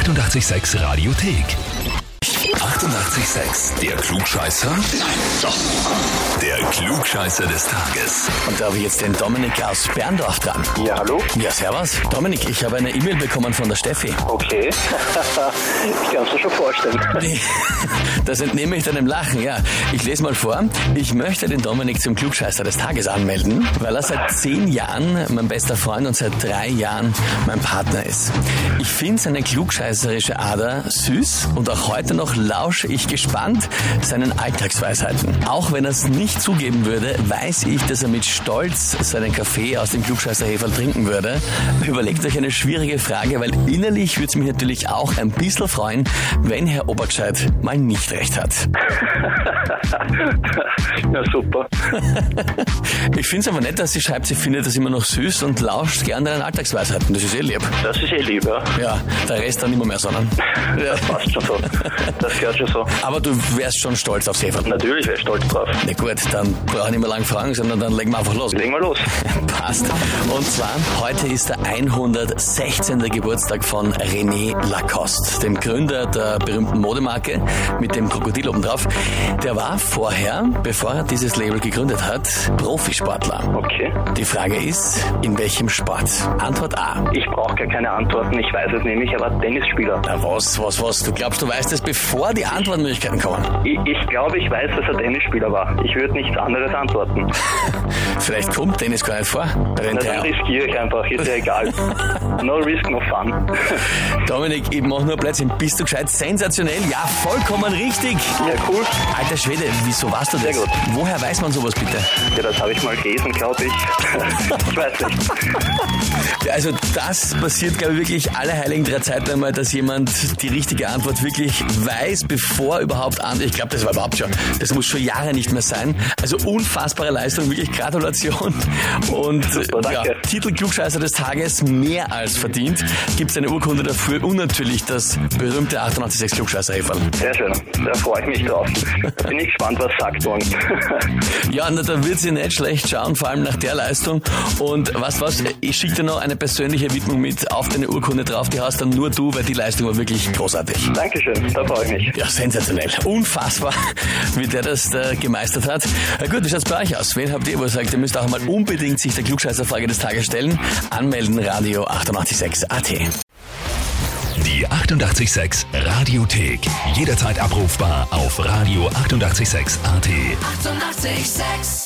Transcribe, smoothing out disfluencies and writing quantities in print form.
886 Radiothek. 88,6. Der Klugscheißer? Nein, doch. Der Klugscheißer des Tages. Und da habe ich jetzt den Dominik aus Berndorf dran. Ja, hallo? Ja, servus. Dominik, ich habe eine E-Mail bekommen von der Steffi. Okay. Ich kann es mir schon vorstellen. Das entnehme ich deinem Lachen, ja. Ich lese mal vor. Ich möchte den Dominik zum Klugscheißer des Tages anmelden, weil er seit 10 Jahren mein bester Freund und seit 3 Jahren mein Partner ist. Ich finde seine klugscheißerische Ader süß und auch heute noch lausche ich gespannt seinen Alltagsweisheiten. Auch wenn er es nicht zugeben würde, weiß ich, dass er mit Stolz seinen Kaffee aus dem Klugscheißerheferl trinken würde. Überlegt euch eine schwierige Frage, weil innerlich würde es mich natürlich auch ein bisschen freuen, wenn Herr Obergscheit mal nicht recht hat. Ja, super. Ich finde es aber nett, dass sie schreibt, sie findet das immer noch süß und lauscht gerne deinen Alltagsweisheiten. Das ist lieb. Das ist lieb, ja. Ja, der Rest dann immer mehr Sonnen. Das passt schon so. Das gehört schon so. Aber du wärst schon stolz aufs Heferl. Natürlich wäre ich stolz drauf. Na gut, dann brauche ich nicht mehr lange fragen, sondern dann legen wir einfach los. Legen wir los. Passt. Und zwar, heute ist der 116. Geburtstag von René Lacoste, dem Gründer der berühmten Modemarke mit dem Krokodil oben drauf. Der war vorher, bevor er dieses Label gegründet hat, Profisportler. Okay. Die Frage ist, in welchem Sport? Antwort A. Ich brauche gar keine Antworten. Ich weiß es nämlich. Er war Tennisspieler. Na was? Du glaubst, du weißt es, bevor die Antwortmöglichkeiten kommen? Ich glaube, ich weiß, dass er Tennisspieler war. Ich würde nichts anderes antworten. Vielleicht kommt Tennis gar nicht vor. Bei den Na, dann riskiere ich einfach. Ist ja egal. No risk, no fun. Dominik, ich mach nur Blödsinn. Bist du gescheit? Sensationell. Ja, vollkommen richtig. Ja, cool. Alter Schwede, wieso warst du das? Sehr gut. Woher weiß man sowas bitte? Ja, das habe ich mal gelesen, glaube ich. Ich weiß nicht. Ja, also das passiert, glaube ich, wirklich alle heiligen 3 Zeiten einmal, dass jemand die richtige Antwort wirklich weiß, bevor überhaupt Ich glaube, das war überhaupt schon. Das muss schon Jahre nicht mehr sein. Also unfassbare Leistung, wirklich Gratulation. Und super, ja, Titel Klugscheißer des Tages mehr als verdient. Gibt es eine Urkunde dafür und natürlich das berühmte 886 Klugscheißer-Heferl. Sehr schön. Da freue ich mich drauf. Da bin ich gespannt, was sagt morgen. Ja, na, da wird sie nicht schlecht schauen, vor allem nach der Leistung. Und was, ich schicke dir noch eine persönliche Widmung mit auf deine Urkunde drauf. Die hast dann nur du, weil die Leistung war wirklich großartig. Dankeschön, da freue ich mich. Ja, sensationell. Unfassbar, wie der das gemeistert hat. Na gut, wie schaut's bei euch aus? Wen habt ihr, wo ihr sagt, ihr müsst auch mal unbedingt sich der Klugscheißerfrage des Tages stellen? Anmelden, Radio 886 AT. Die 88,6 Radiothek. Jederzeit abrufbar auf Radio 88,6 AT. 88,6.